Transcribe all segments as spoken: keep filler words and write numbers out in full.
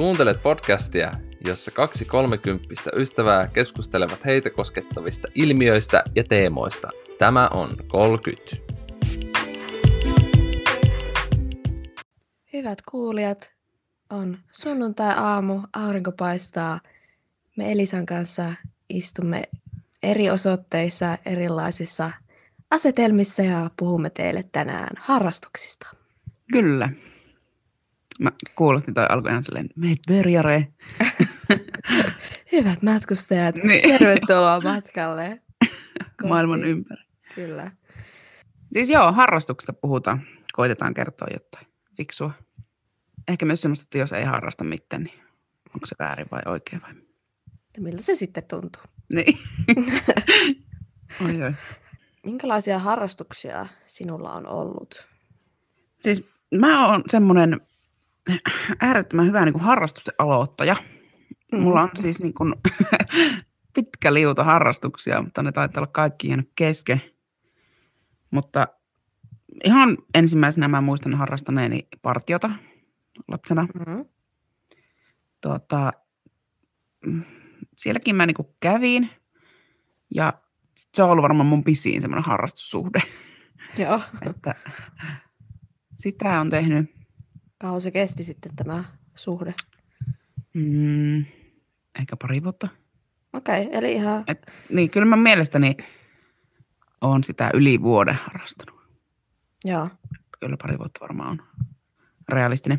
Kuuntelet podcastia, jossa kaksi kolmekymppistä ystävää keskustelevat heitä koskettavista ilmiöistä ja teemoista. Tämä on kolkyt. Hyvät kuulijat, on sunnuntai-aamu, aurinko paistaa. Me Elisan kanssa istumme eri osoitteissa, erilaisissa asetelmissa ja puhumme teille tänään harrastuksista. Kyllä. Mä kuulostin toi alkoi ihan silleen, meet verjare. Hyvät matkustajat, Niin. tervetuloa matkalle. Maailman ympäri. Kyllä. Siis joo, harrastuksesta puhutaan. Koitetaan kertoa jotain fiksua. Ehkä myös semmoista, että jos ei harrasta mitään, niin onko se väärin vai oikein vai? Ja miltä se sitten tuntuu? Niin. Oi, oi. Minkälaisia harrastuksia sinulla on ollut? Siis mä oon semmoinen äärettömän hyvä niin kuin harrastusten aloittaja. Mm. Mulla on siis niin kuin pitkä liuta harrastuksia, mutta ne taitaa olla kaikki jäänyt kesken. Mutta ihan ensimmäisenä mä muistan harrastaneeni partiota lapsena. Mm-hmm. Tuota, sielläkin mä niinku kävin ja se on ollut varmaan mun pisin semmoinen harrastussuhde. Joo. Että sitä on tehnyt. Kauan se kesti sitten tämä suhde? Mm, ehkä pari vuotta. Okei, okay, eli ihan... Et, niin, kyllä mä mielestäni oon sitä yli vuoden harrastanut. Joo. Kyllä pari vuotta varmaan on realistinen.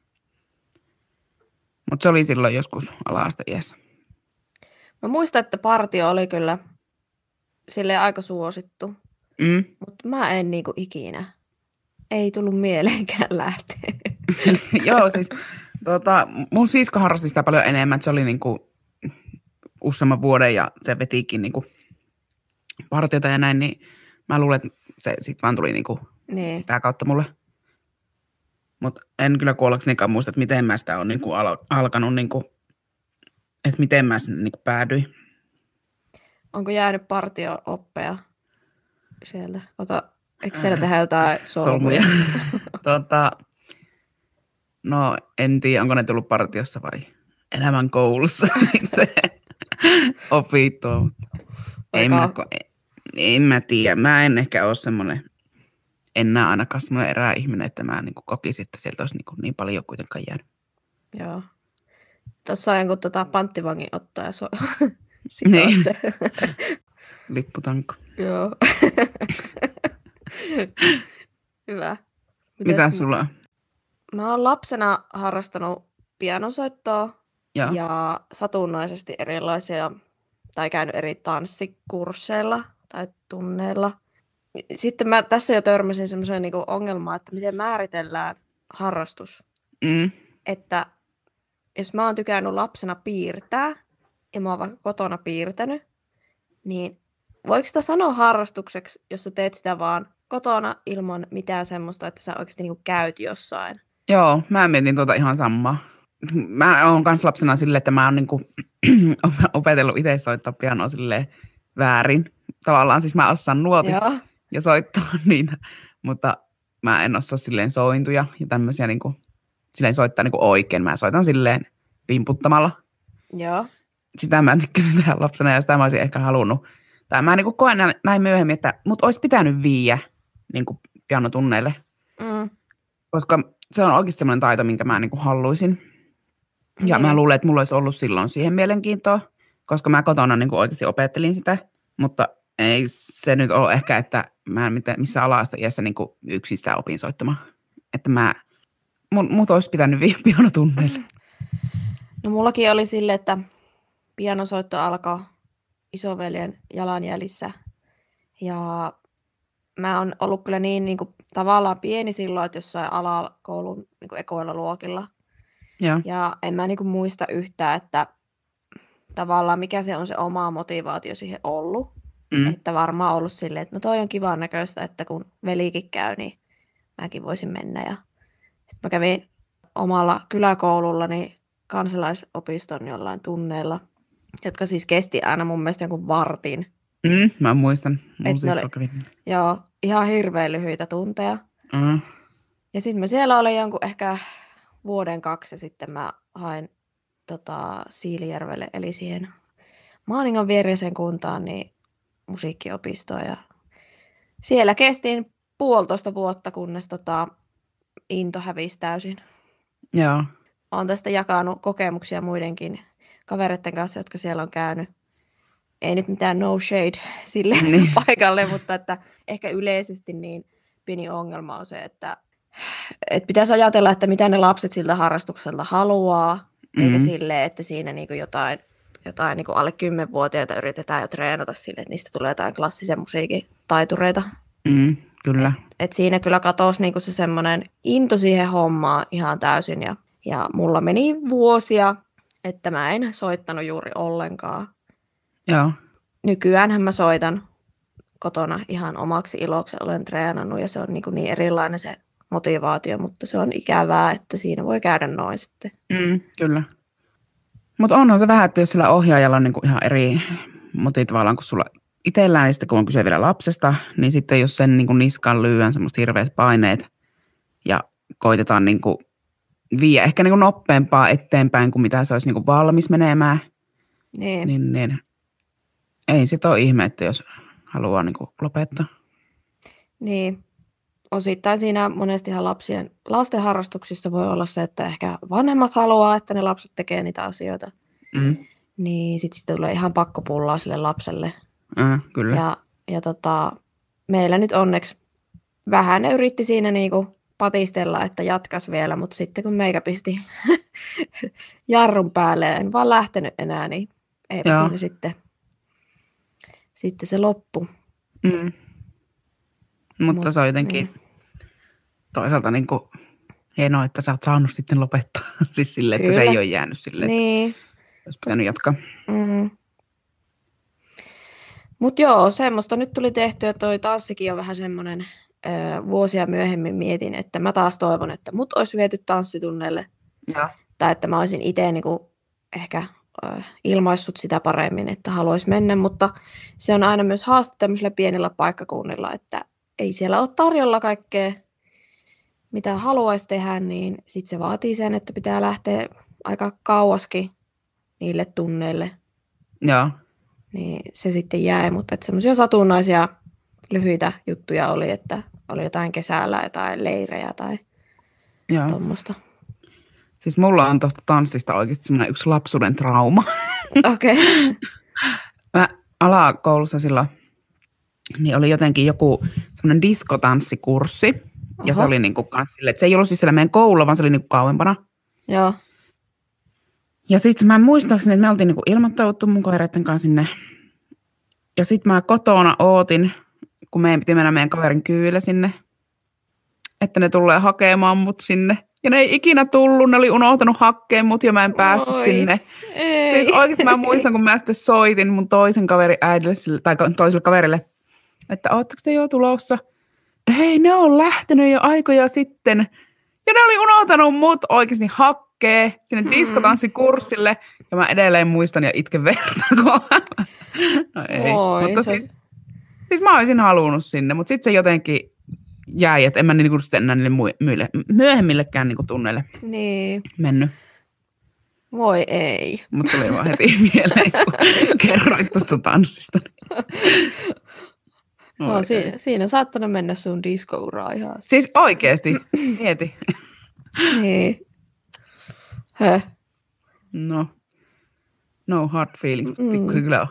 Mutta se oli silloin joskus ala-asteiässä. Mä muistan, että partio oli kyllä silleen aika suosittu, Mm. mutta mä en niinku ikinä. Ei tullut mieleenkään lähteä. Joo, siis tuota, mun sisko harrasti sitä paljon enemmän. Se oli niinku useamman vuoden ja se vetikin niinku partiota ja näin, niin mä luulen, että se sit vaan tuli niinku Niin. sitä kautta mulle. Mutta en kyllä kuollaksenikaan muista, että miten mä sitä on niinku al- alkanut, niinku, että miten mä sinne niinku päädyin. Onko jäänyt partio-oppeja sieltä? Ota, eikö siellä tehdä jotain solmuja? Solmuja. tota, no en tiedä, onko ne tullut partiossa vai elämän koulussa sitten opittua. Mutta en, mä, ko- en mä tiedä. Mä en ehkä ole semmoinen, en näe ainakaan semmoinen eräihminen, että mä niin kokisin, että sieltä olisi niin, niin paljon kuitenkaan jäänyt. Joo. Tuossa on jonkun tota panttivangin ottaa ja so- Niin. se. Lipputanko. Joo. Hyvä. Mites Mitä mu- sulla on? Mä oon lapsena harrastanut pianosoittoa Joo. ja satunnaisesti erilaisia, tai käynyt eri tanssikursseilla tai tunneilla. Sitten mä tässä jo törmäsin semmoiseen niinku ongelmaan, että miten määritellään harrastus. Mm. Että jos mä oon tykännyt lapsena piirtää, ja mä oon vaikka kotona piirtänyt, niin voiko sitä sanoa harrastukseksi, jos sä teet sitä vaan kotona ilman mitään semmoista, että sä oikeasti niinku käyt jossain? Joo, mä mietin tuota ihan samaa. Mä oon kans lapsena silleen, että mä oon niinku opetellut itse soittaa pianoa silleen väärin. Tavallaan siis mä osaan nuotit Joo. ja soittaa niitä, mutta mä en osaa silleen sointuja ja tämmöisiä niinku, silleen soittaa niinku oikein. Mä soitan silleen pimputtamalla. Joo. Sitä mä tykkäsin tehdä lapsena ja sitä mä olisin ehkä halunnut. Tai mä niinku koen näin myöhemmin, että mut olisi pitänyt viiä niinku pianotunneille. Mm. Koska se on oikeasti semmoinen taito, minkä mä niinku haluaisin. Ja Niin. mä luulen, että mulla olisi ollut silloin siihen mielenkiintoa, koska mä kotona niinku oikeasti opettelin sitä. Mutta ei se nyt ole ehkä, että mä en missä ala-asteiässä niinku yksin sitä opin soittamaan. Että mä, mut, mut olisi pitänyt viiä pianotunneille. No mullakin oli sille, että pianosoitto alkoi isoveljen jalanjäljissä. Ja mä oon ollut kyllä niin, niin kuin, tavallaan pieni silloin, että jossain alakoulun niin kuin ekoilla luokilla. Joo. Ja en mä niin kuin, muista yhtään, että tavallaan mikä se on se oma motivaatio siihen ollut. Mm. Että varmaan ollut silleen, että no toi on kivan näköistä, että kun velikin käy, niin mäkin voisin mennä. Ja sitten mä kävin omalla kyläkoulullani kansalaisopiston jollain tunneilla, jotka siis kesti aina mun mielestä jonkun vartin. Mm, mä muistan. Mun Et ne sisko oli- kävi. Joo, ihan hirveän lyhyitä tunteja. Mm. Ja sitten mä siellä olin jonkun ehkä vuoden kaksi ja sitten mä hain tota, Siilijärvelle, eli siihen Maaningan viereiseen kuntaan, niin musiikkiopistoa. Ja siellä kestin puolitoista vuotta, kunnes tota, into hävisi täysin. Joo. Olen tästä jakanut kokemuksia muidenkin kavereiden kanssa, jotka siellä on käynyt. Ei nyt mitään no shade sille Niin. paikalle, mutta että ehkä yleisesti niin pieni ongelma on se, että, että pitäisi ajatella, että mitä ne lapset siltä harrastukselta haluaa, mm-hmm. eikä silleen, että siinä niin kuin jotain, jotain niin kuin alle kymmenvuotiaita yritetään jo treenata sille, että niistä tulee jotain klassisen musiikin taitureita. Mm, kyllä. Et, et siinä kyllä katosi niin kuin se semmoinen into siihen hommaan ihan täysin. Ja, ja mulla meni vuosia, että mä en soittanut juuri ollenkaan. Joo. Nykyäänhän mä soitan kotona ihan omaksi iloksi, olen treenannut ja se on niin, niin erilainen se motivaatio, mutta se on ikävää, että siinä voi käydä noin sitten. Mm, kyllä. Mutta onhan se vähän, että jos sillä ohjaajalla on niinku ihan eri motiivi tavallaan kuin sulla itsellään, niin sitten kun on kyse vielä lapsesta, niin sitten jos sen niinku niskaan lyön semmoista hirveät paineet ja koitetaan niinku viiä ehkä niinku nopeampaa eteenpäin kuin mitä se olisi niinku valmis menemään, Niin. niin, niin ei sit ole ihme, että jos haluaa niinku lopettaa. Niin. Osittain siinä monestihan lapsien, lasten harrastuksissa voi olla se, että ehkä vanhemmat haluaa, että ne lapset tekee niitä asioita. Mm. Niin sitten sitä tulee ihan pakkopullaa sille lapselle. Mm, kyllä. Ja, ja tota, meillä nyt onneksi vähän ne yritti siinä niinku patistella, että jatkas vielä, mutta sitten kun meikä pisti jarrun päälle, en vaan lähtenyt enää, niin eipä Joo. siinä sitten, sitten se loppu. Mm. Mutta Mut, se on jotenkin niin. toisaalta niin kuin hienoa, että sä oot saanut sitten lopettaa. Siis silleen, että Kyllä. se ei ole jäänyt silleen, Niin. että olisi pitänyt jatkaa. Mm. Mutta joo, semmoista nyt tuli tehtyä. Toi tanssikin on vähän semmoinen, ö, vuosia myöhemmin mietin, että mä taas toivon, että mut olisi viety tanssitunneille. Joo. Tai että mä olisin itse niinku ehkä ö, ilmaissut sitä paremmin, että haluaisi mennä. Mutta se on aina myös haaste tämmöisillä pienillä paikkakunnilla, että ei siellä ole tarjolla kaikkea, mitä haluaisi tehdä, niin sitten se vaatii sen, että pitää lähteä aika kauaskin niille tunneille. Joo. Niin se sitten jäi, mutta semmoisia satunnaisia lyhyitä juttuja oli, että oli jotain kesällä, jotain leirejä tai Joo. tuommoista. Siis mulla on tuosta tanssista oikeasti semmoinen yksi lapsuuden trauma. Okei. Okay. Mä alakoulussa silloin, niin oli jotenkin joku semmoinen diskotanssikurssi. Oho. Ja se oli niinku kans silleen, että se ei ollut siis siellä meidän koululla, vaan se oli niinku kauempana. Joo. Ja sitten mä muistaakseni, että me oltiin niinku ilmoittauduttu mun kavereiden kanssa sinne. Ja sitten mä kotona ootin, kun meidän piti mennä meidän kaverin kyydille sinne, että ne tulee hakemaan mut sinne. Ja ne ei ikinä tullut, ne oli unohtanut hakkeen mut ja mä en päässyt Oi, sinne. ei. Siis oikeasti mä muistan, kun mä sitten soitin mun toisen kaverin äidille, sille, tai toiselle kaverille, että ootteko te jo tulossa? Hei, ne on lähtenyt jo aikoja sitten. Ja ne oli unohtanut mut oikeasti hakkeen sinne diskotanssikurssille. Ja mä edelleen muistan ja itken verta. No ei. Oi, mutta se... siis, siis mä olisin halunnut sinne, mutta sitten se jotenkin jäi, että en mä niinku sitten enää niille muille, myöhemmillekään niinku tunneille Niin. mennyt. Voi ei. Mutta tuli vaan heti mieleen, kun kerroit tuosta tanssista. No, siinä, siinä saattanut mennä sun diskouraa ihan. Siis oikeesti, mieti. Niin. Höh. No, no hard feelings, Mm. pikkuisen kyllä on.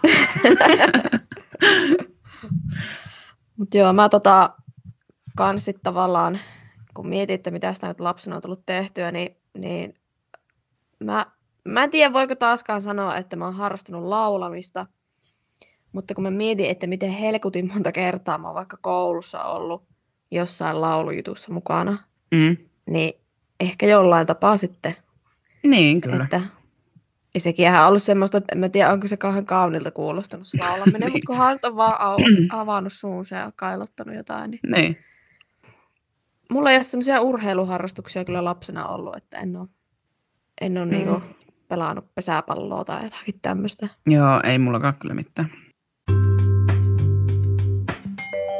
Mut joo, mä tota kans sit tavallaan, kun mietin, että mitä sitä nyt lapsena on tullut tehtyä, niin, niin mä, mä en tiedä, voiko taaskaan sanoa, että mä oon harrastanut laulamista, mutta kun mä mietin, että miten helkutin monta kertaa mä oon vaikka koulussa ollut jossain laulujutussa mukana, Mm. niin ehkä jollain tapaa sitten, Niin, kyllä. että ja sekin on ollut semmoista, että en mä tiedä, onko se kauhean kaunilta kuulostanut se laulaminen, Niin. mutta kunhan nyt on vaan au- avannut suunsa ja kailottanut jotain, niin Niin. mulla ei ole semmoisia urheiluharrastuksia kyllä lapsena ollut, että en ole, en ole Mm. niinku pelannut pesäpalloa tai jotakin tämmöistä. Joo, ei mullakaan kyllä mitään.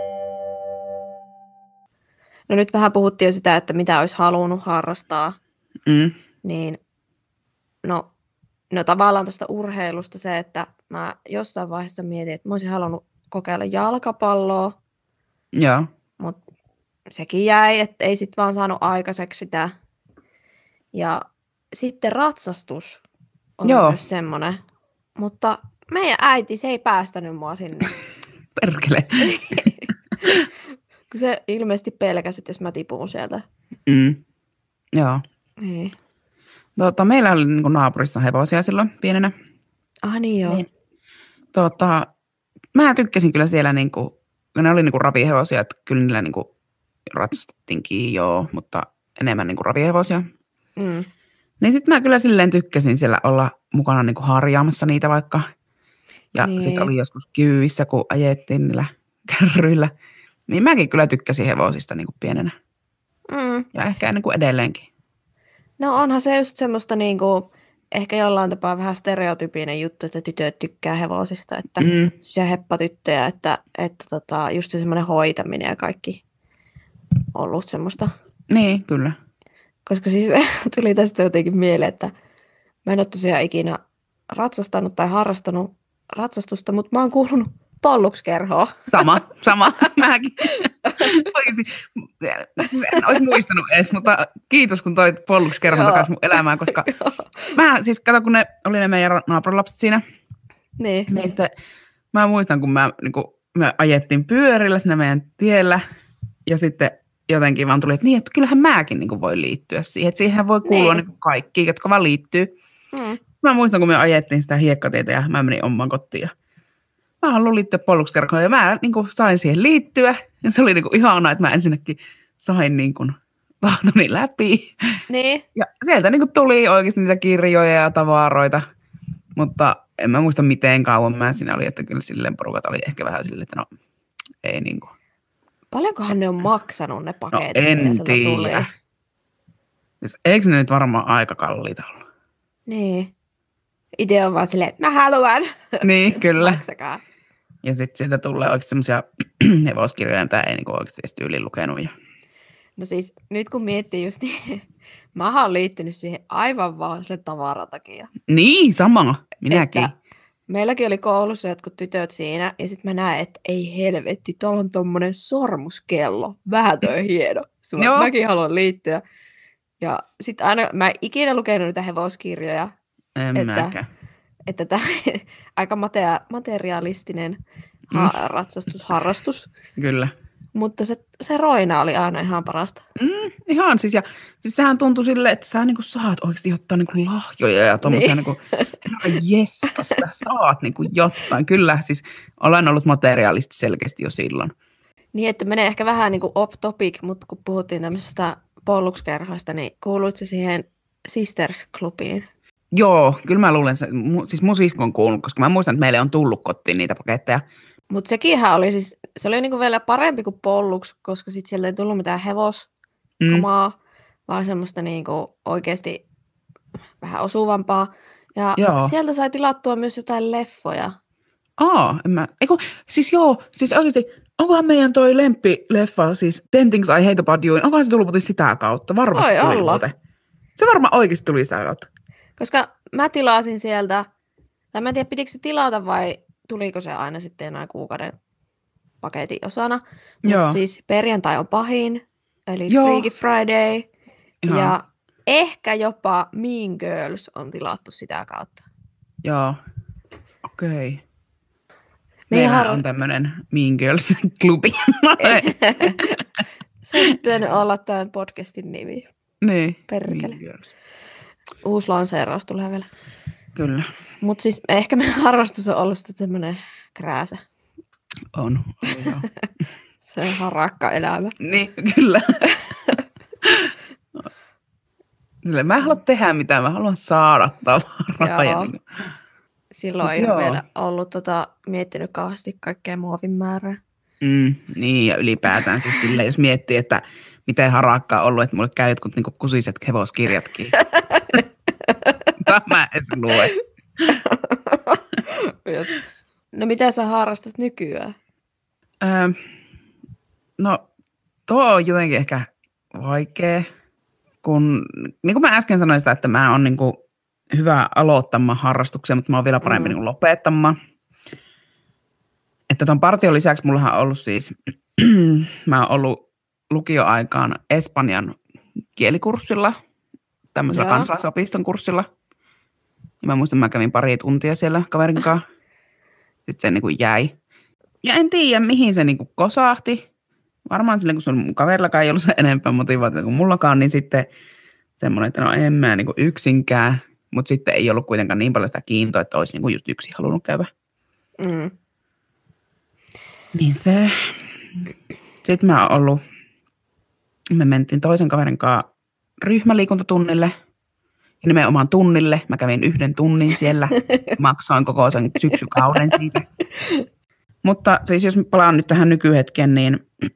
No nyt vähän puhuttiin jo sitä, että mitä olisi halunnut harrastaa. Mm. Niin, no, no tavallaan tuosta urheilusta se, että mä jossain vaiheessa mietin, että mä olisin halunnut kokeilla jalkapalloa, Joo. mutta sekin jäi, että ei sit vaan saanut aikaiseksi sitä. Ja sitten ratsastus on Joo. myös semmoinen, mutta meidän äiti, se ei päästänyt mua sinne. Perkele. Kun se ilmeisesti pelkäsi, että jos mä tipun sieltä. Mm. Joo. Niin. Tota, meillä oli niin kuin naapurissa hevosia silloin pienenä. Ah niin joo. Niin. Tota, mä tykkäsin kyllä siellä, niin kuin, ne oli niin kuin ravihevosia, että kyllä niillä niin kuin ratsastettiinkin joo, mutta enemmän niin kuin ravihevosia. Mm. Niin sitten mä kyllä silleen tykkäsin siellä olla mukana niin kuin harjaamassa niitä vaikka. Ja Niin. sitten oli joskus kyyvissä, kun ajettiin niillä kärryillä. Niin mäkin kyllä tykkäsin hevosista niin kuin pienenä. Mm. Ja ehkä niin kuin edelleenkin. No onhan se just semmoista niinku, ehkä jollain tapaa vähän stereotypinen juttu, että tytöt tykkää hevosista, että Mm. se heppatyttöjä, että, että tota, just se semmoinen hoitaminen ja kaikki ollut semmoista. Niin, kyllä. Koska siis tuli tästä jotenkin mieleen, että mä en ole tosiaan ikinä ratsastanut tai harrastanut ratsastusta, mutta mä oon kuulunut pollukskerhoon. Sama, sama. Mäkin. Oikeasti, siis en olisi muistanut edes, mutta kiitos kun toit pollukskerhon takaisin mun elämään, koska mä siis kato, kun ne oli ne meidän naapurilapset siinä, Niin. niin sitten mä muistan, kun mä, niin kun me ajettiin pyörillä siinä meidän tiellä ja sitten jotenkin vaan tuli, että niin, että kyllähän mäkin niin kuin voi liittyä siihen, että siihen voi kuulua Niin. niin kaikki, jotka vaan liittyy. Mm. Mä muistan, kun me ajettiin sitä hiekkatietä ja mä menin omaan kotiin ja mä haluan liittyä pollukskerhoon ja mä niin kuin sain siihen liittyä. Ja se oli niin kuin ihanaa, että mä ensinnäkin sain niin kuin tahtoni läpi. Niin. Ja sieltä niin kuin tuli oikeasti niitä kirjoja ja tavaroita, mutta en mä muista miten kauan mä siinä oli, että kyllä silleen porukat oli ehkä vähän silleen, että no ei niin kuin. Paljonkohan ne on maksanut ne No paketit, en mitä sieltä tuli? tiedä. Siis eikö ne nyt varmaan aika kalliita ollut? Niin. Itse on vaan silleen, että mä haluan. Niin, kyllä. Maksakaa. Ja sitten sieltä tulee oikeasti semmoisia hevoskirjoja, mitä ei niinku oikeasti edes tyyliin lukenut. Ja... No siis nyt kun miettii just niin, mä oon liittynyt siihen aivan vaan sen tavaran takia. Niin, sama. Minäkin. Että meilläkin oli koulussa jotkut tytöt siinä, ja sitten mä näen, että ei helvetti, tuolla on tommonen sormuskello. Vähän toi hieno. Sitten Joo. mäkin haluan liittyä. Ja sitten aina, mä en ikinä lukenut niitä hevoskirjoja, En että- mäkään. että tämä aika matea- materialistinen ha- ratsastusharrastus. Kyllä. Mutta se, se roina oli aina ihan parasta. Mm, ihan siis, ja siis sehän tuntui silleen, että sä niinku saat oikeasti ottaa niinku lahjoja ja tommosia Niin. niinku, herra jesta, sä saat niinku jotain. Kyllä, siis olen ollut materiaalisti selkeästi jo silloin. Niin, että menee ehkä vähän niin kuin off topic, mutta kun puhuttiin tämmöisestä pollukskerhoista, niin kuuluit se siihen Sisters-klubiin? Joo, kyllä mä luulen, se, mu, siis mun sisko on kuullut, koska mä muistan, että meille on tullut kotiin niitä paketteja. Mutta sekinhän oli siis, se oli niinku vielä parempi kuin polluks, koska sit sieltä ei tullut mitään hevoskamaa, mm. vaan semmoista niinku oikeasti vähän osuvampaa. Ja Joo. sieltä sai tilattua myös jotain leffoja. Aa, en mä, eiku, siis joo, siis oikeasti, onkohan meidän toi lemppileffa, siis Ten Things I Hate About You, onkohan se tullut muuten sitä kautta? Varmasti Voi tuli olla. muuten. Se varmaan oikeasti tuli sitä kautta. Koska mä tilasin sieltä, tai mä en tiedä pitikö se tilata vai tuliko se aina sitten enää kuukauden paketin osana. Joo. Mutta siis perjantai on pahin, eli Joo. Freaky Friday. Ihan, Ja ehkä jopa Mean Girls on tilattu sitä kautta. joo, okei. Okay. Meidän Meillä har- on tämmönen Mean Girls-klubi. Se olisi pitänyt olla tämän podcastin nimi. niin, Perkele. Mean Girls. Uusi lanseeraus tulee vielä. Kyllä, Mutta siis ehkä meidän harrastus on ollut sitten tämmöinen krääsä. on. on joo. Se on harakka elämä. Niin, kyllä. Sille, mä en halua tehdä mitään, mä haluan saada tavaraa. Ja Joo. niin, Silloin Mut ei ole joo. vielä ollut tota, miettinyt kauheasti kaikkea muovin määrää. mm, niin, ja ylipäätään siis silleen, jos miettii, että miten harakka on ollut, että mulle käy jotkut niinku kusiset hevoskirjatkin. Tämä edes lue. No mitä sä harrastat nykyään? Öö, no, tuo on jotenkin ehkä vaikea. kun, niin kuin mä äsken sanoin sitä, että mä oon niin kuin hyvä aloittamaan harrastuksia, mutta mä oon vielä parempi mm. niin kuin lopettamaan. Että ton partion lisäksi mullahan on ollut siis, mä oon ollut lukioaikaan Espanjan kielikurssilla, tämmöisellä Jaa. kansalaisopiston kurssilla. Ja mä muistan, mä kävin pari tuntia siellä kaverin kanssa. Sitten se niin kuin jäi. Ja en tiedä, mihin se niin kuin kosahti. Varmaan silleen, kun sun mun kaverillakaan ei ollut se enempää motivaatiota kuin mullakaan, niin sitten semmoinen, että no en mä niin kuin yksinkään. Mutta sitten ei ollut kuitenkaan niin paljon sitä kiintoa, että olisi niin kuin just yksin halunnut käydä. Mm. Niin se. Sitten mä oon ollut, me mentiin toisen kaverin kanssa ryhmäliikuntatunnille. Ja nimenomaan tunnille. Mä kävin yhden tunnin siellä. Maksoin koko sen syksykauden siitä. Mutta siis jos palaan nyt tähän nykyhetken, niin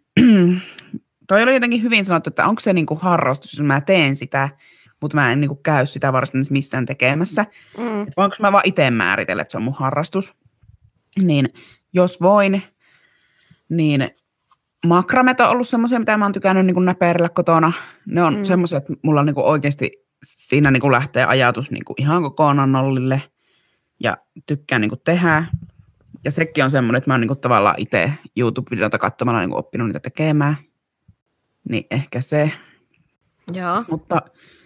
toi oli jotenkin hyvin sanottu, että onko se niinku harrastus, jos mä teen sitä, mutta mä en niinku käy sitä varsinaisesti missään tekemässä. Mm. Että voinko mä vaan itse määritellä, että se on mun harrastus. Niin jos voin, niin makramet on ollut semmoisia, mitä mä oon tykännyt niinku näperillä kotona. Ne on mm. semmoisia, että mulla on niinku oikeasti siinä niinku lähtee ajatus niinku ihan kokonaan nollille ja tykkään niinku tehdä. Ja sekin on semmoinen, että mä oon niinku tavallaan itse YouTube-videota katsomalla niinku oppinut niitä tekemään. Niin ehkä se. Joo. Mutta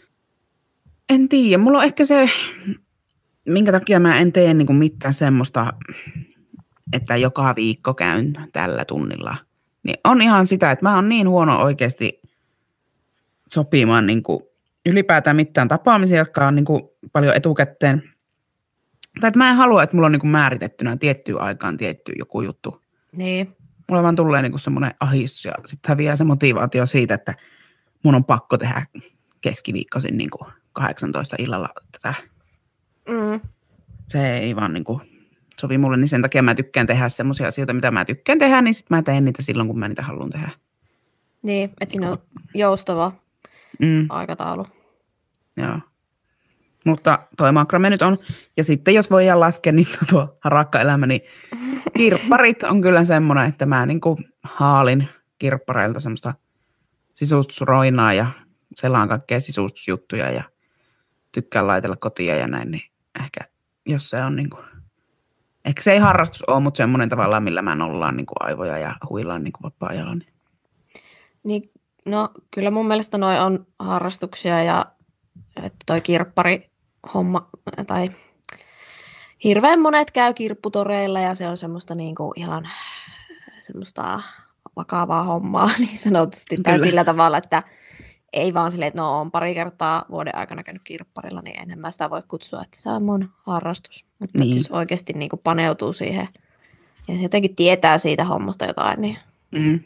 en tiedä. Mulla on ehkä se, minkä takia mä en tee niinku mitään semmoista, että joka viikko käyn tällä tunnilla. Niin on ihan sitä, että mä oon niin huono oikeasti sopimaan niinku ylipäätään mitään tapaamisia, jotka on niinku paljon etukäteen. Tai että mä en halua, että mulla on niinku määritettynä tiettyyn aikaan tietty joku juttu. Niin. Mulla vaan tulee niinku semmoinen ahdistus ja sitten häviää se motivaatio siitä, että mun on pakko tehdä keskiviikkoisin niinku kahdeksantoista illalla tätä. Mm. Se ei vaan niinku sovi mulle, niin sen takia mä tykkään tehdä semmoisia asioita, mitä mä tykkään tehdä, niin sitten mä teen niitä silloin, kun mä niitä haluan tehdä. Niin, että siinä on joustava mm. aikataulu. Joo. Mutta toi makrame nyt on. Ja sitten jos voidaan laskea, niin tuo harakkaelämä, niin kirpparit on kyllä semmoinen, että mä niinku haalin kirppareilta semmoista sisustusroinaa ja selaan kaikkea sisustusjuttuja ja tykkään laitella kotia ja näin, niin ehkä jos se on niinku, ehkä se ei harrastus ole, mutta semmoinen tavallaan, millä mä nollaan niinku aivoja ja huilaan niinku vapaa-ajalla. Niin. Niin, no kyllä mun mielestä noi on harrastuksia ja että toi kirppari homma, tai hirveän monet käy kirpputoreilla ja se on semmoista niinku ihan semmoista vakavaa hommaa niin sanotusti. Kyllä. Tai sillä tavalla, että ei vaan silleen, että no on pari kertaa vuoden aikana käynyt kirpparilla, niin enemmän sitä voi kutsua, että se on mun harrastus. Mutta niin. Jos oikeasti niinku paneutuu siihen ja jotenkin tietää siitä hommasta jotain, niin... Mm.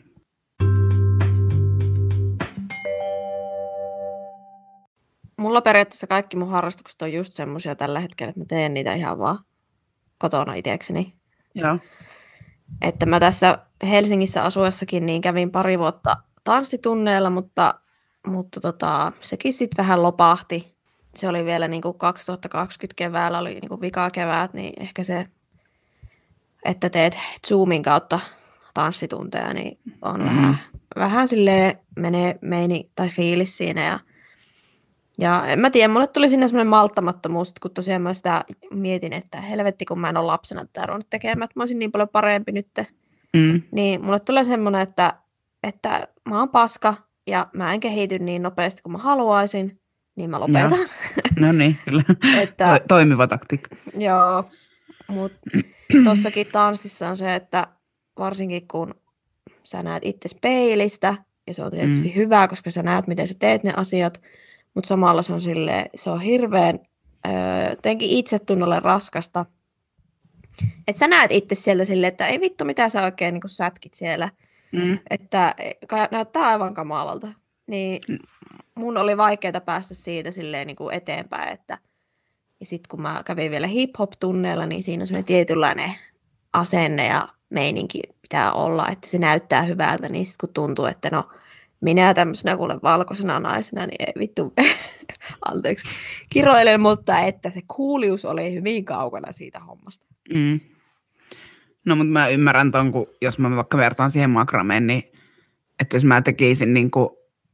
Mulla periaatteessa kaikki mun harrastukset on just semmoisia tällä hetkellä, että mä teen niitä ihan vaan kotona itsekseni. Joo. Että mä tässä Helsingissä asuessakin niin kävin pari vuotta tanssitunneilla, mutta, mutta tota, sekin sitten vähän lopahti. Se oli vielä niin kuin kaksituhattakaksikymmentä keväällä, oli niin kuin vikakevät, niin ehkä se, että teet Zoomin kautta tanssitunteja, niin on mm-hmm. vähän, vähän silleen menee meini tai fiilis siinä ja Ja en mä tiedä, mulle tuli sinne semmoinen malttamattomuus, kun tosiaan mä sitä mietin, että helvetti, kun mä en ole lapsena tätä ruvennut tekemään, että mä olisin niin paljon parempi nyt. Mm. Niin mulle tulee semmoinen, että, että mä oon paska ja mä en kehity niin nopeasti kuin mä haluaisin, niin mä lopetan. No, no niin, kyllä. että, toimiva taktiikka. Joo, mutta tossakin tanssissa on se, että varsinkin kun sä näet itse peilistä, ja se on tietysti mm. hyvä, koska sä näet, miten sä teet ne asiat, mutta samalla se on, silleen, se on hirveän jotenkin itsetunnolle raskasta. Että sä näet itse sieltä silleen, että ei vittu mitä sä oikein niin sätkit siellä. Mm. Että näyttää aivan kamalalta. Niin mun oli vaikeaa päästä siitä silleen niin kuin eteenpäin. Että, ja sitten kun mä kävin vielä hip-hop-tunneilla, niin siinä on semmoinen tietynlainen asenne ja meininki pitää olla, että se näyttää hyvältä. Niin sitten kun tuntuu, että no minä tämmöisenä kuule valkoisena naisena, niin ei vittu, anteeksi, kiroilen, mutta että se kuulius oli hyvin kaukana siitä hommasta. Mm. No mutta mä ymmärrän ton, kun jos mä vaikka vertaan siihen makrameen, niin että jos mä tekisin niin kuin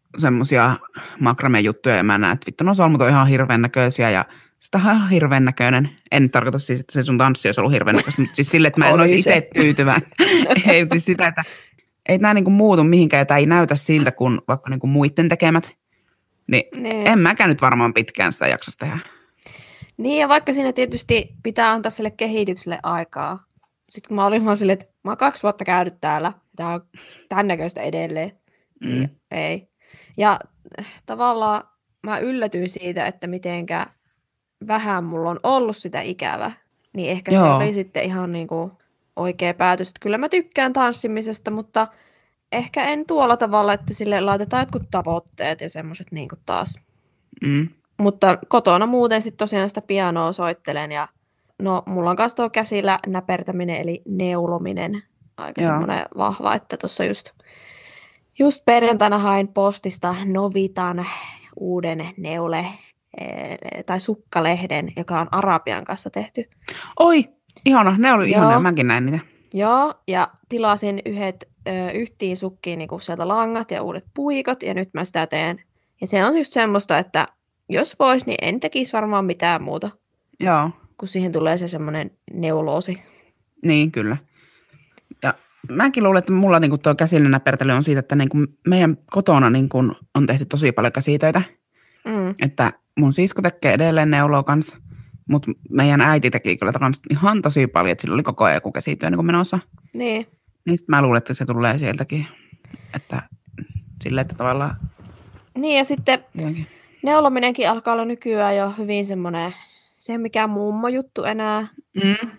semmosia makrame-juttuja ja mä näen, että vittu, no solmut on ihan hirveän näköisiä ja sitä on ihan hirveän näköinen. En tarkoita siis, että se sun tanssi olisi ollut hirveän näköistä, mutta siis sille, että mä en olisi itse tyytyväinen. Ei, siis sitä, että ei nämä niinku muutu mihinkään ja tämä ei näytä siltä kuin vaikka niinku muiden tekemät. Niin Niin. en mäkään nyt varmaan pitkään sitä jaksaisi tehdä. Niin, ja vaikka siinä tietysti pitää antaa sille kehitykselle aikaa. Sitten kun mä olin vaan silleen, että mä oon kaksi vuotta käynyt täällä, tää on tämän näköistä edelleen, Mm. niin ei. Ja tavallaan mä yllätyin siitä, että mitenkä vähän mulla on ollut sitä ikävä. Niin ehkä Joo. se oli sitten ihan niinku oikea päätös. Että kyllä mä tykkään tanssimisesta, mutta ehkä en tuolla tavalla, että sille laitetaan jotkut tavoitteet ja semmoiset niinku taas. Mm. Mutta kotona muuten sitten tosiaan sitä pianoa soittelen ja no mulla on kanssa tuo käsillä näpertäminen eli neulominen aika Joo. semmoinen vahva, että tuossa just, just perjantaina hain postista Novitan uuden neule eh, tai sukkalehden, joka on arabian kanssa tehty. Oi, ihana. Ne oli Joo. ihana. Mäkin näin niitä. Joo, ja tilasin yhdet ö, yhtiin sukkiin niinku sieltä langat ja uudet puikot, ja nyt mä sitä teen. Ja se on just semmoista, että jos vois, niin en tekisi varmaan mitään muuta, Joo, kun siihen tulee se semmoinen neuloosi. niin kyllä. Ja mäkin luulen, että mulla niinku tuo käsillinen näpertely on siitä, että niinku meidän kotona niinku on tehty tosi paljon käsitöitä. Mm. Että mun sisko tekee edelleen neuloa kanssa, mutta meidän äiti teki kyllä kans ihan tosi paljon, että sillä oli koko ajan joku käsityö niin menossa. Niin, Niin sit mä luulen, että se tulee sieltäkin. Että silleen, että tavallaan niin ja sitten jotenkin. neulominenkin alkaa olla nykyään jo hyvin semmoinen, se ei ole mikään mummo juttu enää, Mm.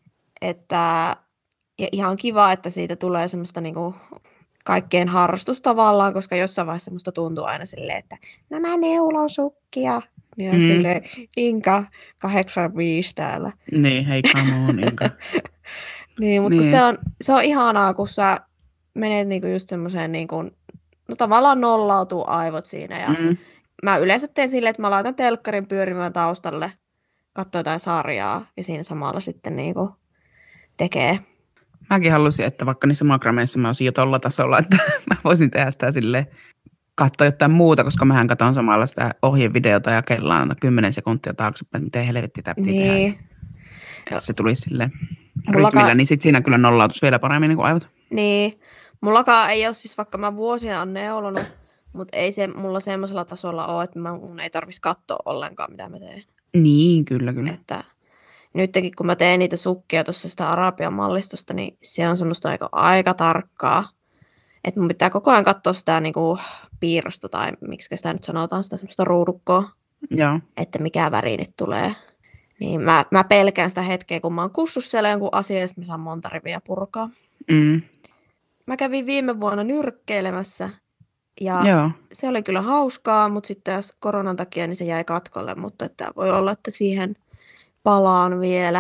että ja ihan kiva, että siitä tulee semmoista niinku kaikkeen harrastus tavallaan, koska jossain vaiheessa musta tuntuu aina silleen, että nämä neulon sukkia. Niin on Mm. silleen, Inka kahdeksankymmentäviisi täällä. Niin, hei come on, Inka. Niin, mutta Niin. se on, se on ihanaa, kun sä menet niinku just semmoiseen, niinku, no tavallaan nollautuu aivot siinä. Ja Mm. mä yleensä teen silleen, että mä laitan telkkarin pyörimään taustalle, katsoo jotain sarjaa ja siinä samalla sitten niinku tekee. Mäkin halusin, että vaikka niissä makrameissa mä olisin jo tolla tasolla, että mä voisin tehdä sitä silleen, katsoa jotain muuta, koska mähän katson samalla sitä ohjevideota ja kellaan kymmenen sekuntia taaksepäin, että miten helvetti tämä piti tehdä. Niin, Että se tuli silleen Mulla rytmillä, ka- niin sit siinä kyllä nollautus vielä paremmin niin kuin aivot. niin. Mullakaan ei ole siis, vaikka mä vuosia on neulonut, mutta ei se mulla semmoisella tasolla ole, että mä, mun ei tarvitsisi katsoa ollenkaan, mitä mä teen. Niin, kyllä, kyllä. Että nytkin kun mä teen niitä sukkia tuossa sitä Arabian mallistosta, niin se on semmoista aika, aika tarkkaa. Että mun pitää koko ajan katsoa sitä niinku piirrosta tai miksi sitä nyt sanotaan, sitä semmoista ruudukkoa, Joo. että mikä väri nyt tulee. Niin mä, mä pelkään sitä hetkeä, kun mä oon kussut siellä jonkun asian ja sitten mä saan monta riviä purkaa. Mm. Mä kävin viime vuonna nyrkkeilemässä ja Joo. se oli kyllä hauskaa, mutta sitten taas koronan takia niin se jäi katkolle, mutta että voi olla, että siihen palaan vielä.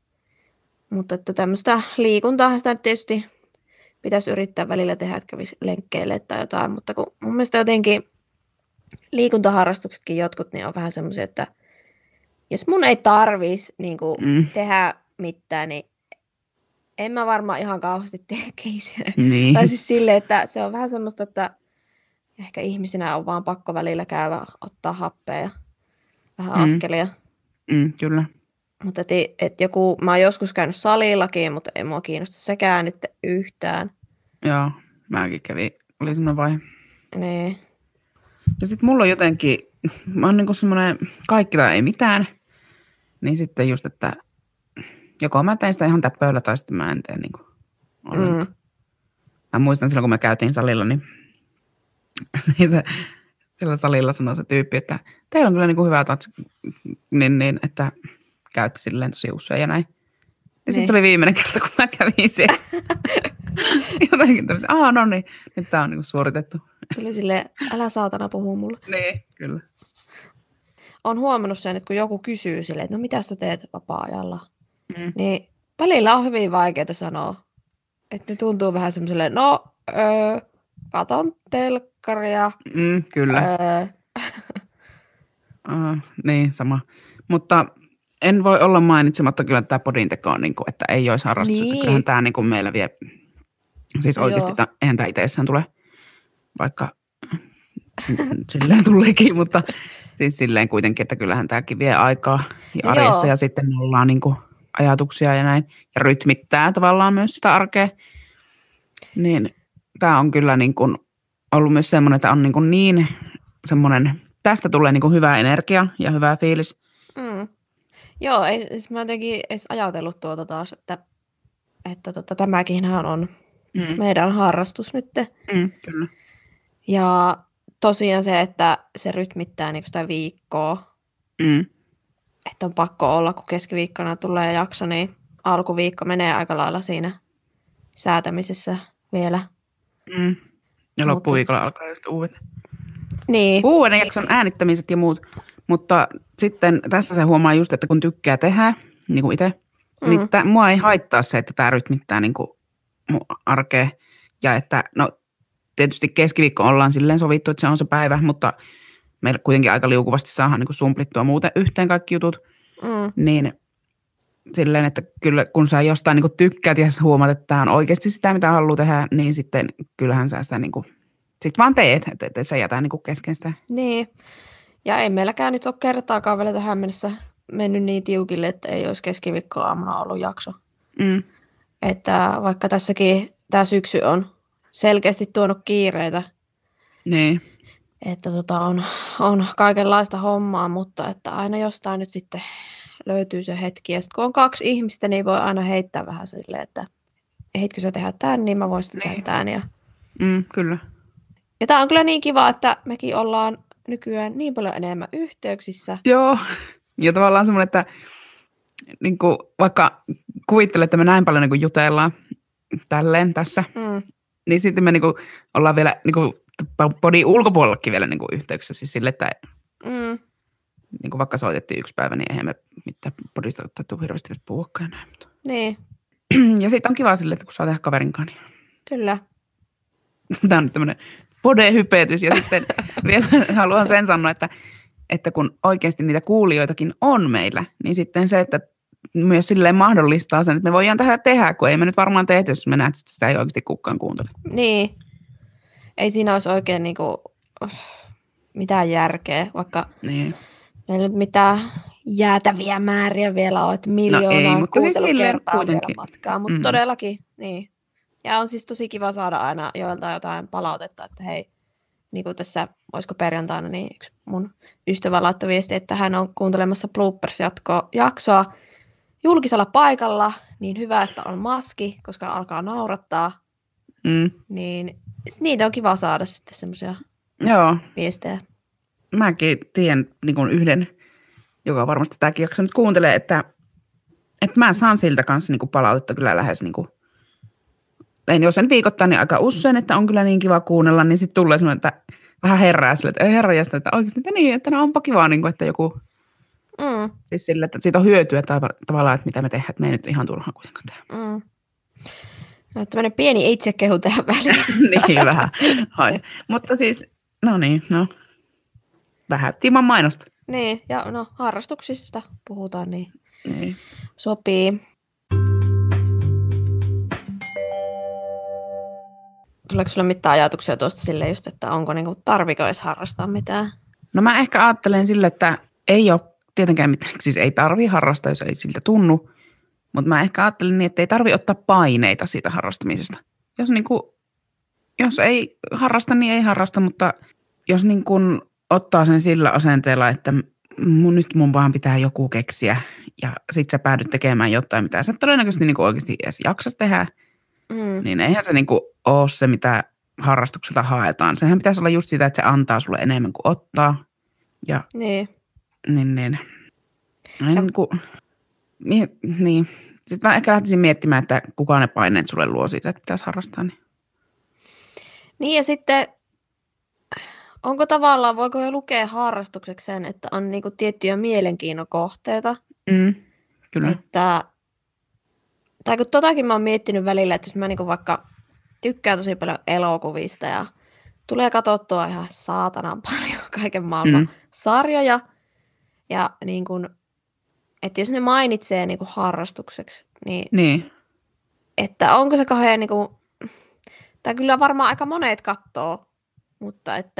Mutta että tämmöistä liikuntaa sitä nyt tietysti pitäisi yrittää välillä tehdä, että kävisi lenkkeille tai jotain, mutta kun mun mielestä jotenkin liikuntaharrastuksetkin jotkut niin on vähän semmoisia, että jos mun ei tarvitsisi niin kuin Mm. tehdä mitään, niin en mä varmaan ihan kauheasti tekisi. Niin. Tai siis silleen, että se on vähän semmoista, että ehkä ihmisinä on vaan pakko välillä käydä ottaa happea ja vähän Mm. askelia. Mm, kyllä. Mutta et, et joku, mä oon joskus käynyt salillakin, mutta ei mua kiinnosta sekään nyt yhtään. Joo, mäkin kävin. Oli semmoinen vaihe. Niin. Ja sitten mulla on jotenkin, mä oon niinku semmoinen kaikki tai ei mitään. Niin sitten just, että joko mä teen sitä ihan täpöillä tai sitten mä en tee niinku ollenkaan. Mm. Mä muistan silloin, kun me käytiin salilla, niin, niin se, sillä salilla sanoi se tyyppi, että teillä on kyllä niinku hyvä tatsi, niin, niin, että käytti silleen tosi usein ja näin. Ja Niin. sitten se oli viimeinen kerta, kun mä kävin siellä. Jotenkin tämmöisen, aah no niin, nyt tää on niinku suoritettu. Se oli silleen, älä saatana puhu mulle. Niin, kyllä. Olen huomannut sen, että kun joku kysyy silleen, että no mitä sä teet vapaa-ajalla, Mm. niin välillä on hyvin vaikeaa sanoa. Että ne tuntuu vähän semmoiselle, no öö, katon telkkaria. Mm, kyllä. Öö, Uh, niin, sama. Mutta en voi olla mainitsematta kyllä, että tämä podinteko on, niin kuin, että ei olisi harrastus. Niin. Että kyllähän tämä niin kuin meillä vie, siis oikeasti, Joo. ta, eihän tämä itsessään tule, vaikka silleen tuleekin, mutta siis silleen kuitenkin, että kyllähän tämäkin vie aikaa ja No arjessa joo. ja sitten me ollaan niin kuin ajatuksia ja näin ja rytmittää tavallaan myös sitä arkea. Niin tämä on kyllä niin kuin ollut myös semmoinen, että on niin, kuin niin semmoinen, tästä tulee niin kuin hyvä energia ja hyvä fiilis. Mm. Joo, ei, siis mä jotenkin edes ajatellut tuota taas, että, että tota, tämäkinhän on Mm. meidän harrastus nyt. Mm, kyllä. Ja tosiaan se, että se rytmittää niin sitä viikkoa, Mm. että on pakko olla, kun keskiviikkona tulee jakso, niin alkuviikko menee aika lailla siinä säätämisessä vielä. Mm. Ja Mutta- loppuviikolla alkaa just uudet. Niin, Uuden jakson äänittämiset ja muut. Mutta sitten tässä se huomaa just, että kun tykkää tehdä, niin kuin itse, mm. niin tää, mua ei haittaa se, että tämä rytmittää niin kuin mun arkea. Ja että, no tietysti keskiviikko ollaan silleen sovittu, että se on se päivä, mutta meillä kuitenkin aika liukuvasti saadaan niin kuin sumplittua muuten yhteen kaikki jutut. mm, Niin silleen, että kyllä kun sä jostain niin kuin tykkäät ja sä huomaat, että tämä on oikeasti sitä, mitä haluaa tehdä, niin sitten kyllähän sä sitä niin kuin, sit vaan teet, että et sä jätä niin kuin kesken sitä. niin. Ja ei meilläkään nyt ole kertaakaan vielä tähän mennessä mennyt niin tiukille, että ei olisi keskiviikkoaamuna ollut jakso. Mm. Että vaikka tässäkin tämä syksy on selkeästi tuonut kiireitä, Niin. että tota on, on kaikenlaista hommaa, mutta että aina jostain nyt sitten löytyy se hetki. Ja sitten kun on kaksi ihmistä, niin voi aina heittää vähän silleen, että ehitkö sä tehdä tämän, niin mä voin sitten tehdä Niin. tämän. Ja, Mm, kyllä. ja tämä on kyllä niin kiva, että mekin ollaan nykyään niin paljon enemmän yhteyksissä. Joo. Ja tavallaan semmoinen, että niin kuin, vaikka kuvittelee, että me näin paljon niin kuin jutellaan tälleen tässä, Mm, niin sitten me niin kuin, ollaan vielä niin kuin, podin ulkopuolellakin vielä niin kuin yhteyksissä. Siis sille, että mm, niin kuin vaikka soitettiin yksi päivä, niin eihän me mitään podista otettu hirveästi puhuakaan näin. Mutta. niin, Ja sitten on kiva sille, että kun saa tehdä kaverin kanssa. kyllä. Tämä on nyt tämmöinen pode-hypetys. Ja sitten vielä haluan sen sanoa, että, että kun oikeasti niitä kuulijoitakin on meillä, niin sitten se, että myös silleen mahdollistaa sen, että me voidaan tähän tehdä, kun ei me nyt varmaan tehdä, jos me näet, että sitä ei oikeasti kukaan kuuntele. Niin. Ei siinä olisi oikein niinku, mitään järkeä, vaikka Niin. meillä nyt mitään jäätäviä määriä vielä on, että miljoonaa ei, mutta siis silleen kuuntelukertaa on vielä kuitenkin. matkaa, mutta Mm. todellakin, niin. Ja on siis tosi kiva saada aina joiltain jotain palautetta, että hei, niin kuin tässä, olisiko perjantaina, niin yksi mun ystävä laittoi viesti, että hän on kuuntelemassa Bloopers-jaksoa julkisella paikalla, niin hyvä, että on maski, koska alkaa naurattaa, Mm. niin niitä on kiva saada sitten semmoisia Joo, viestejä. mäkin tiedän niin kuin yhden, joka varmasti tämäkin jakso nyt kuuntelee, että, että mä saan siltä kanssa niin kuin palautetta kyllä lähes, niin kuin, en jos en viikoittain, niin aika usein, että on kyllä niin kiva kuunnella, niin sitten tulee semmoinen, että vähän herää sille, että ei herranjasta, että oikeasti, että niin, että no onpa kiva, niin kuin, että joku, Mm, siis sille, että siitä on hyötyä tav- tavallaan, että mitä me tehdään, että me ei nyt ihan turhaan kuitenkaan tehdä. mm. No, tämmöinen pieni itsekehu tähän väliin. Niin vähän, hai. Mutta siis, no niin, no, vähän Timon mainosta. Niin, ja no harrastuksista puhutaan, niin Niin. sopii. Tuleeko sulle mitään ajatuksia tuosta sille just, että onko niinku, tarviko edes harrastaa mitään? No mä ehkä ajattelen sille, että ei ole tietenkään mitään, siis ei tarvii harrastaa, jos ei siltä tunnu, mutta mä ehkä ajattelen niin, että ei tarvitse ottaa paineita siitä harrastamisesta. Jos, niin kuin, jos ei harrasta, niin ei harrasta, mutta jos niin kuin ottaa sen sillä asenteella, että mun, nyt mun vaan pitää joku keksiä ja sit sä päädyt tekemään jotain, mitä sä todennäköisesti niin kuin oikeasti edes jaksas tehdä, Mm. niin eihän se niin kuin ole se, mitä harrastukselta haetaan. Sehän pitäisi olla just sitä, että se antaa sulle enemmän kuin ottaa. Ja Niin. niin, niin. En, ku, mie, niin. Sitten mä ehkä lähtisin miettimään, että kuka ne paineet sulle luo siitä, että pitäisi harrastaa. Niin. Niin ja sitten, onko tavallaan, voiko jo lukea harrastukseksi sen, että on niinku tiettyjä mielenkiinnon kohteita, Mm, kyllä. että, tai kun totakin mä oon miettinyt välillä, että jos mä niinku vaikka tykkään tosi paljon elokuvista ja tulee katsottua ihan saatanan paljon kaiken maailman Mm. sarjoja, ja niin kun, että jos ne mainitsee niinku harrastukseksi, niin Niin. että onko se kauhean niinku, tai kyllä varmaan aika monet kattoo, mutta että kun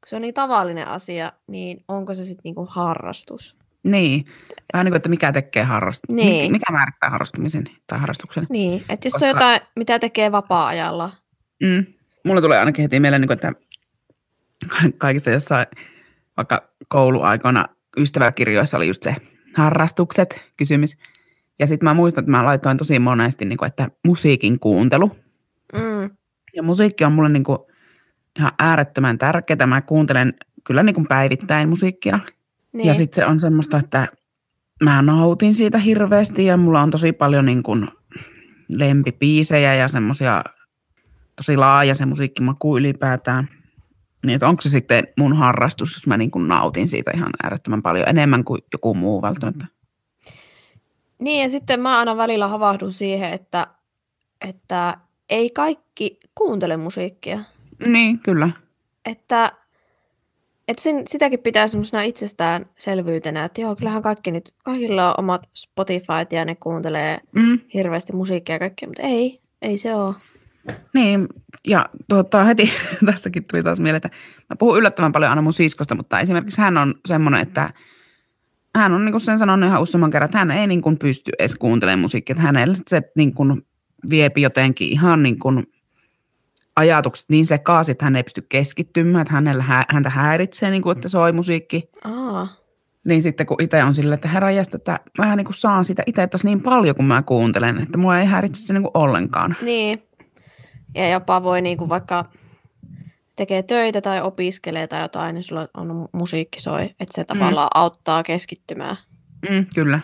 se on niin tavallinen asia, niin onko se sitten niinku harrastus? Niin, vähän niin kuin, että mikä tekee harrastamisen, Niin. mikä määrittää harrastamisen tai harrastuksen. Niin, että jos Koska... on jotain, mitä tekee vapaa-ajalla. Mm, mulle tulee ainakin heti mieleen, että kaikissa jossain vaikka kouluaikoina ystäväkirjoissa oli just se harrastukset kysymys. Ja sitten mä muistan, että mä laitoin tosi monesti, että musiikin kuuntelu. Mm. Ja musiikki on mulle ihan äärettömän tärkeää. Mä kuuntelen kyllä päivittäin musiikkia. Niin. Ja sitten se on semmoista, että mä nautin siitä hirveästi ja mulla on tosi paljon niin kuin lempibiisejä ja semmoisia tosi laaja se musiikkimaku ylipäätään. Niin, että onko se sitten mun harrastus, jos mä niin kuin nautin siitä ihan äärettömän paljon enemmän kuin joku muu välttämättä. Niin ja sitten mä aina välillä havahdun siihen, että, että ei kaikki kuuntele musiikkia. Niin, kyllä. Että, että sen, sitäkin pitää semmoisena itsestäänselvyytenä, että joo, kyllähän kaikki nyt, kaikilla on omat Spotifyt ja ne kuuntelee mm. hirveästi musiikkia ja kaikkea, mutta ei, ei se ole. Niin, ja tuota, heti tässäkin tuli taas mieleen, että mä puhun yllättävän paljon aina mun siskosta, mutta esimerkiksi hän on semmoinen, että hän on niin kuin sen sanonut ihan useamman kerran, että hän ei niin kuin pysty edes kuuntelemaan musiikkia, että hänelle se niin kuin viepi jotenkin ihan niin kuin ajatukset niin sekaisin, että hän ei pysty keskittymään, että hänellä, häntä häiritsee, niin kuin, että soi musiikki. Aa. Niin sitten kun itse on silleen, että herranjestas, että mä niin kuin saan sitä itse taas niin paljon, kun mä kuuntelen, että mua ei häiritse se niin kuin ollenkaan. Niin. Ja jopa voi niin kuin vaikka tekee töitä tai opiskelee tai jotain, niin sulla on musiikki soi, että se tavallaan mm. auttaa keskittymään. Mm, kyllä.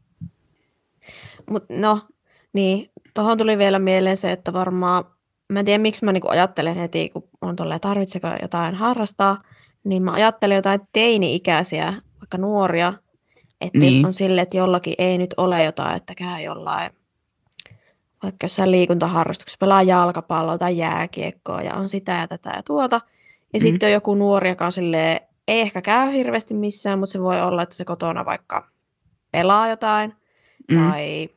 Mut no, niin, tuohon tuli vielä mieleen se, että varmaan, mä en tiedä miksi mä niinku ajattelen heti, kun on tolleen, tarvitseko jotain harrastaa, niin mä ajattelen jotain teini-ikäisiä, vaikka nuoria, että niin. Jos on silleen, että jollakin ei nyt ole jotain, että käy jollain, vaikka jossain liikuntaharrastuksessa pelaa jalkapalloa tai jääkiekkoa ja on sitä ja tätä ja tuota. Ja mm. sitten on joku nuori, joka silleen, ei ehkä käy hirveästi missään, mutta se voi olla, että se kotona vaikka pelaa jotain mm. tai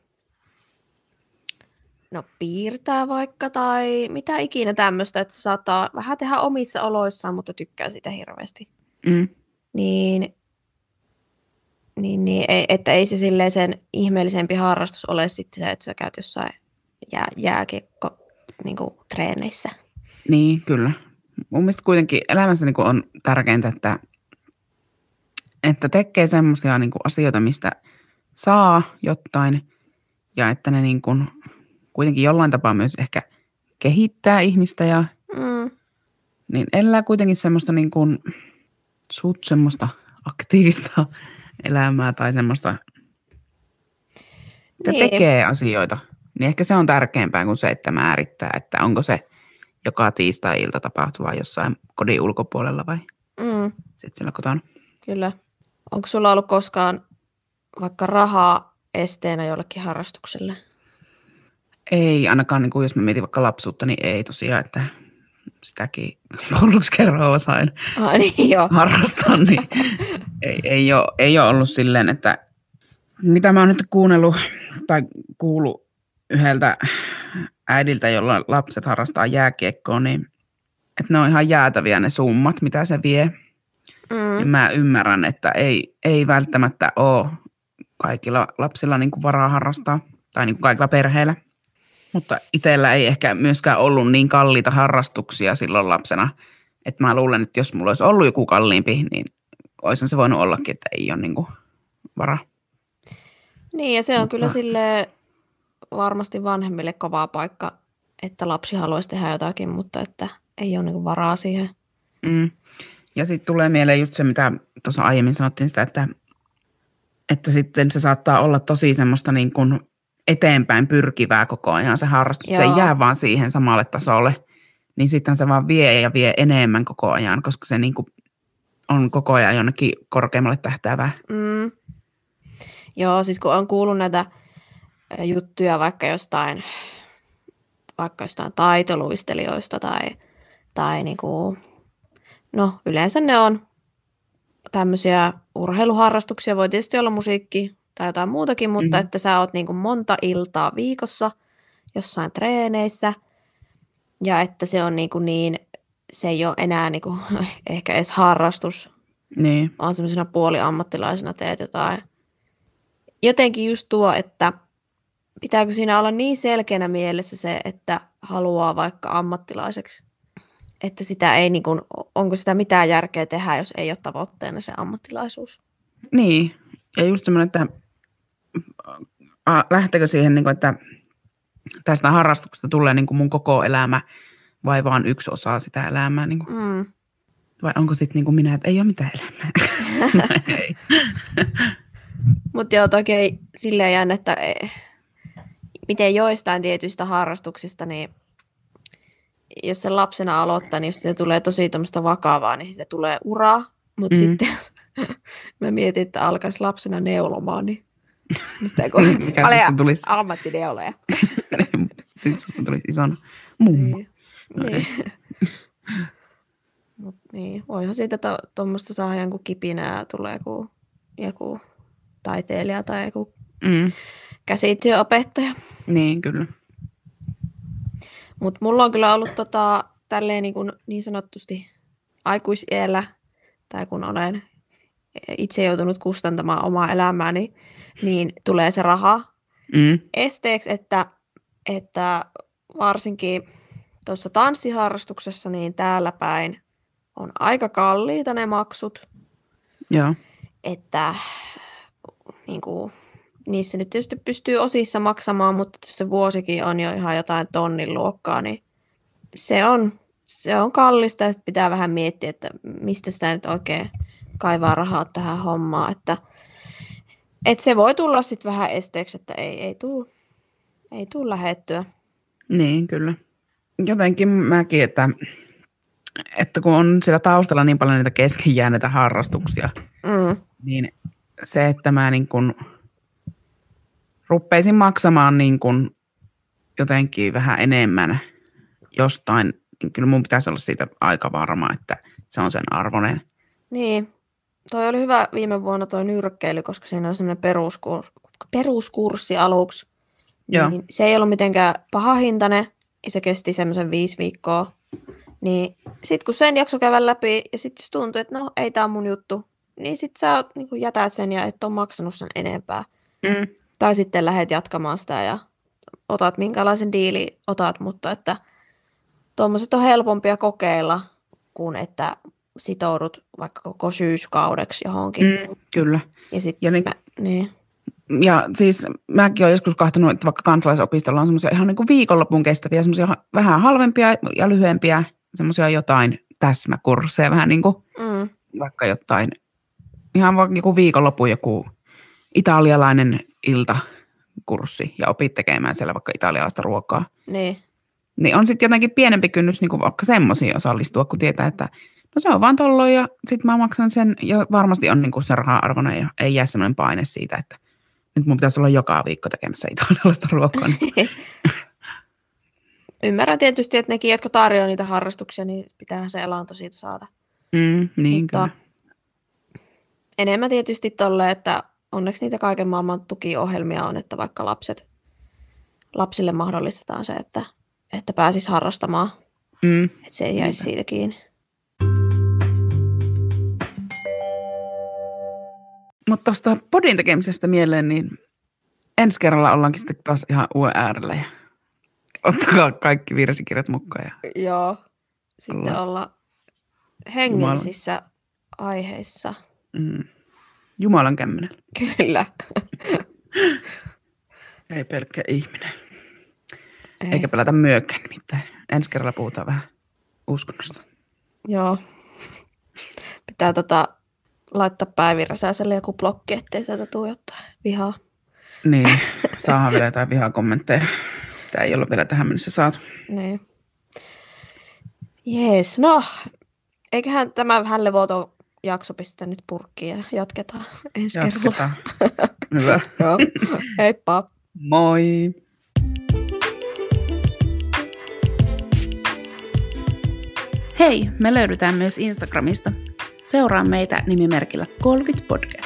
no piirtää vaikka tai mitä ikinä tämmöistä, että se saattaa vähän tehdä omissa oloissaan, mutta tykkää sitä hirveästi. Mm. Niin, niin, niin, että ei se silleen sen ihmeellisempi harrastus ole sitten se, että sä käyt jossain jää, jääkiekko niin kuin treeneissä. Niin, kyllä. Mun mielestä kuitenkin elämässä niin kuin on tärkeintä, että, että tekee semmoisia niin kuin asioita, mistä saa jotain ja että ne niin kuin kuitenkin jollain tapaa myös ehkä kehittää ihmistä ja mm. niin elää kuitenkin semmoista niin kuin suht semmoista aktiivista elämää tai semmoista, että niin. tekee asioita. Niin ehkä se on tärkeämpää kuin se, että määrittää, että onko se joka tiistai-ilta tapahtuva jossain kodin ulkopuolella vai mm. sitten siellä kotona. Kyllä. Onko sulla ollut koskaan vaikka rahaa esteenä jollekin harrastukselle? Ei, ainakaan niin kuin jos mä mietin vaikka lapsuutta, niin ei tosiaan, että sitäkin kolluksi kerran osain ah, niin, joo. harrastaa, niin ei, ei, ole, ei ole ollut silleen, että mitä mä oon nyt kuunnellut tai kuullut yhdeltä äidiltä, jolla lapset harrastaa jääkiekkoa, niin että ne on ihan jäätäviä ne summat, mitä se vie. Mm. Ja mä ymmärrän, että ei, ei välttämättä ole kaikilla lapsilla niin kuin varaa harrastaa tai niin kuin kaikilla perheillä. Mutta itsellä ei ehkä myöskään ollut niin kalliita harrastuksia silloin lapsena, että mä luulen, että jos mulla olisi ollut joku kalliimpi, niin olisin se voinut ollakin, että ei ole niin kuin varaa. Niin, ja se on Mutta kyllä silleen varmasti vanhemmille kovaa paikka, että lapsi haluaisi tehdä jotakin, mutta että ei ole niin kuin varaa siihen. Mm. Ja sitten tulee mieleen just se, mitä tuossa aiemmin sanottiin sitä, että, että sitten se saattaa olla tosi semmoista niin kuin eteenpäin pyrkivää koko ajan se harrastus. Joo. Se ei jää vaan siihen samalle tasolle, niin sitten se vaan vie ja vie enemmän koko ajan, koska se niin kuin on koko ajan jonnekin korkeammalle tähtäävää. Mm. Joo, siis kun on kuullut näitä juttuja vaikka jostain, vaikka jostain taitoluistelijoista tai, tai niinku, no yleensä ne on tämmöisiä urheiluharrastuksia, voi tietysti olla musiikki tai jotain muutakin, mutta mm-hmm. että sä oot niinku monta iltaa viikossa jossain treeneissä ja että se on niinku niin, se ei ole enää niin kuin, ehkä edes harrastus, Niin. vaan semmoisena puoliammattilaisena teet jotain. Jotenkin just tuo, että pitääkö siinä olla niin selkeänä mielessä se, että haluaa vaikka ammattilaiseksi, että sitä ei niin kuin, onko sitä mitään järkeä tehdä, jos ei ole tavoitteena se ammattilaisuus. Niin, ja just semmoinen, että lähteekö siihen, niin kuin, että tästä harrastuksesta tulee niin kuin mun koko elämä vai vaan yksi osa sitä elämää? Niin kuin. Mm. Vai onko sitten niin kuin minä, että ei ole mitään elämää? Ei. Mutta joo, toki silleen jännä, että miten joistain tietyistä harrastuksista, niin jos sen lapsena aloittaa, niin jos se tulee tosi tämmöistä vakavaa, niin siitä tulee uraa. Mutta mm. sitten jos mä mietin, että alkaisi lapsena neulomaan, niin mistä kun mikä tulisi? Ammattineuloja. Sitten susta tulisi ison mummo. Niin. Niin. Mut niin, voihan siitä tuommoista to, saada jonkun kipinää, tulee joku, joku taiteilija tai joku mm. käsityöopettaja. Niin, kyllä. Mutta mulla on kyllä ollut tota, tälleen niin, kuin niin sanotusti aikuisiellä, tai kun olen itse joutunut kustantamaan omaa elämääni, niin tulee se raha mm. esteeksi, että, että varsinkin tuossa tanssiharrastuksessa, niin täällä päin on aika kalliita ne maksut. Joo. Että niin kuin, niissä nyt tietysti pystyy osissa maksamaan, mutta jos se vuosikin on jo ihan jotain tonnin luokkaa, niin se on, se on kallista ja sitten pitää vähän miettiä, että mistä sitä nyt oikein kaivaa rahaa tähän hommaan. Että, että se voi tulla sitten vähän esteeksi, että ei, ei tule ei tuu lähettyä. Niin, kyllä. Jotenkin mäkin, että, että kun on siellä taustalla niin paljon niitä kesken jääneitä harrastuksia, mm. niin se, että mä niin kun ruppeisin maksamaan niin kun jotenkin vähän enemmän jostain, niin kyllä mun pitäisi olla siitä aika varma, että se on sen arvoinen. Niin, toi oli hyvä viime vuonna toi nyrkkeily, koska siinä oli semmoinen peruskur- peruskurssi aluksi. Joo. Niin se ei ollut mitenkään paha hintainen, ja se kesti semmoisen viisi viikkoa. Niin sit kun sen jakso käydä läpi, ja sitten tuntui, että no ei tää on mun juttu, niin sit sä niin kun jätät sen ja et ole maksanut sen enempää. Mm. Tai sitten lähdet jatkamaan sitä ja otat minkälaisen diili otat, mutta että tuommoiset on helpompia kokeilla, kuin että sitoudut vaikka koko syyskaudeksi johonkin. Mm, kyllä. Ja, sit ja, niin, mä, niin. ja siis mäkin olen joskus katsonut, että vaikka kansalaisopistolla on semmoisia ihan niin kuin viikonlopun kestäviä, semmoisia vähän halvempia ja lyhyempiä, semmoisia jotain täsmäkursseja, vähän niin kuin mm. vaikka jotain, ihan vaikka joku viikonloppu joku italialainen iltakurssi ja opit tekemään siellä vaikka italialaista ruokaa. Niin. Niin on sitten jotenkin pienempi kynnys niin kuin vaikka semmoisiin osallistua, kun tietää, että no se on vaan tolloin ja sitten mä maksan sen ja varmasti on niin kuin se raha-arvoinen ja ei jää semmoinen paine siitä, että nyt mun pitäisi olla joka viikko tekemässä italialaista ruokaa. Niin. Ymmärrän tietysti, että nekin, jotka tarjoaa niitä harrastuksia, niin pitäähän se elanto siitä saada. Mm, niin Mutta kyllä. Enemmän tietysti tolle, että onneksi niitä kaiken maailman tukiohjelmia on, että vaikka lapset, lapsille mahdollistetaan se, että, että pääsisi harrastamaan. Mm. Että se ei jäisi siitä kiinni. Mutta tuosta podin tekemisestä mieleen, niin ensi kerralla ollaankin sitten taas ihan uuden äärellä ja ottakaa kaikki virsikirjat mukaan. Ja joo, sitten olla, olla hengellisissä Jumalan aiheissa. Mm. Jumalan kämmenen. Kyllä. Ei pelkkä ihminen. Ei. Eikä pelätä myökään nimittäin. Ensi kerralla puhutaan vähän uskonnosta. Joo. Pitää tota laittaa Päivi Räsäselle joku blokki, ettei sieltä tule jotain vihaa. Niin, saadaan vielä jotain vihakommentteja. Tämä ei ole vielä tähän mennessä saatu. Niin. Jees, no eiköhän tämä vähän levoton jakso pistä nyt purkkiin ja jatketaan ensi jatketaan. Kerralla. Hyvä. Joo. Heippa. Moi. Hei, me löydetään myös Instagramista. Seuraa meitä nimimerkillä kolmekymmentä podcast.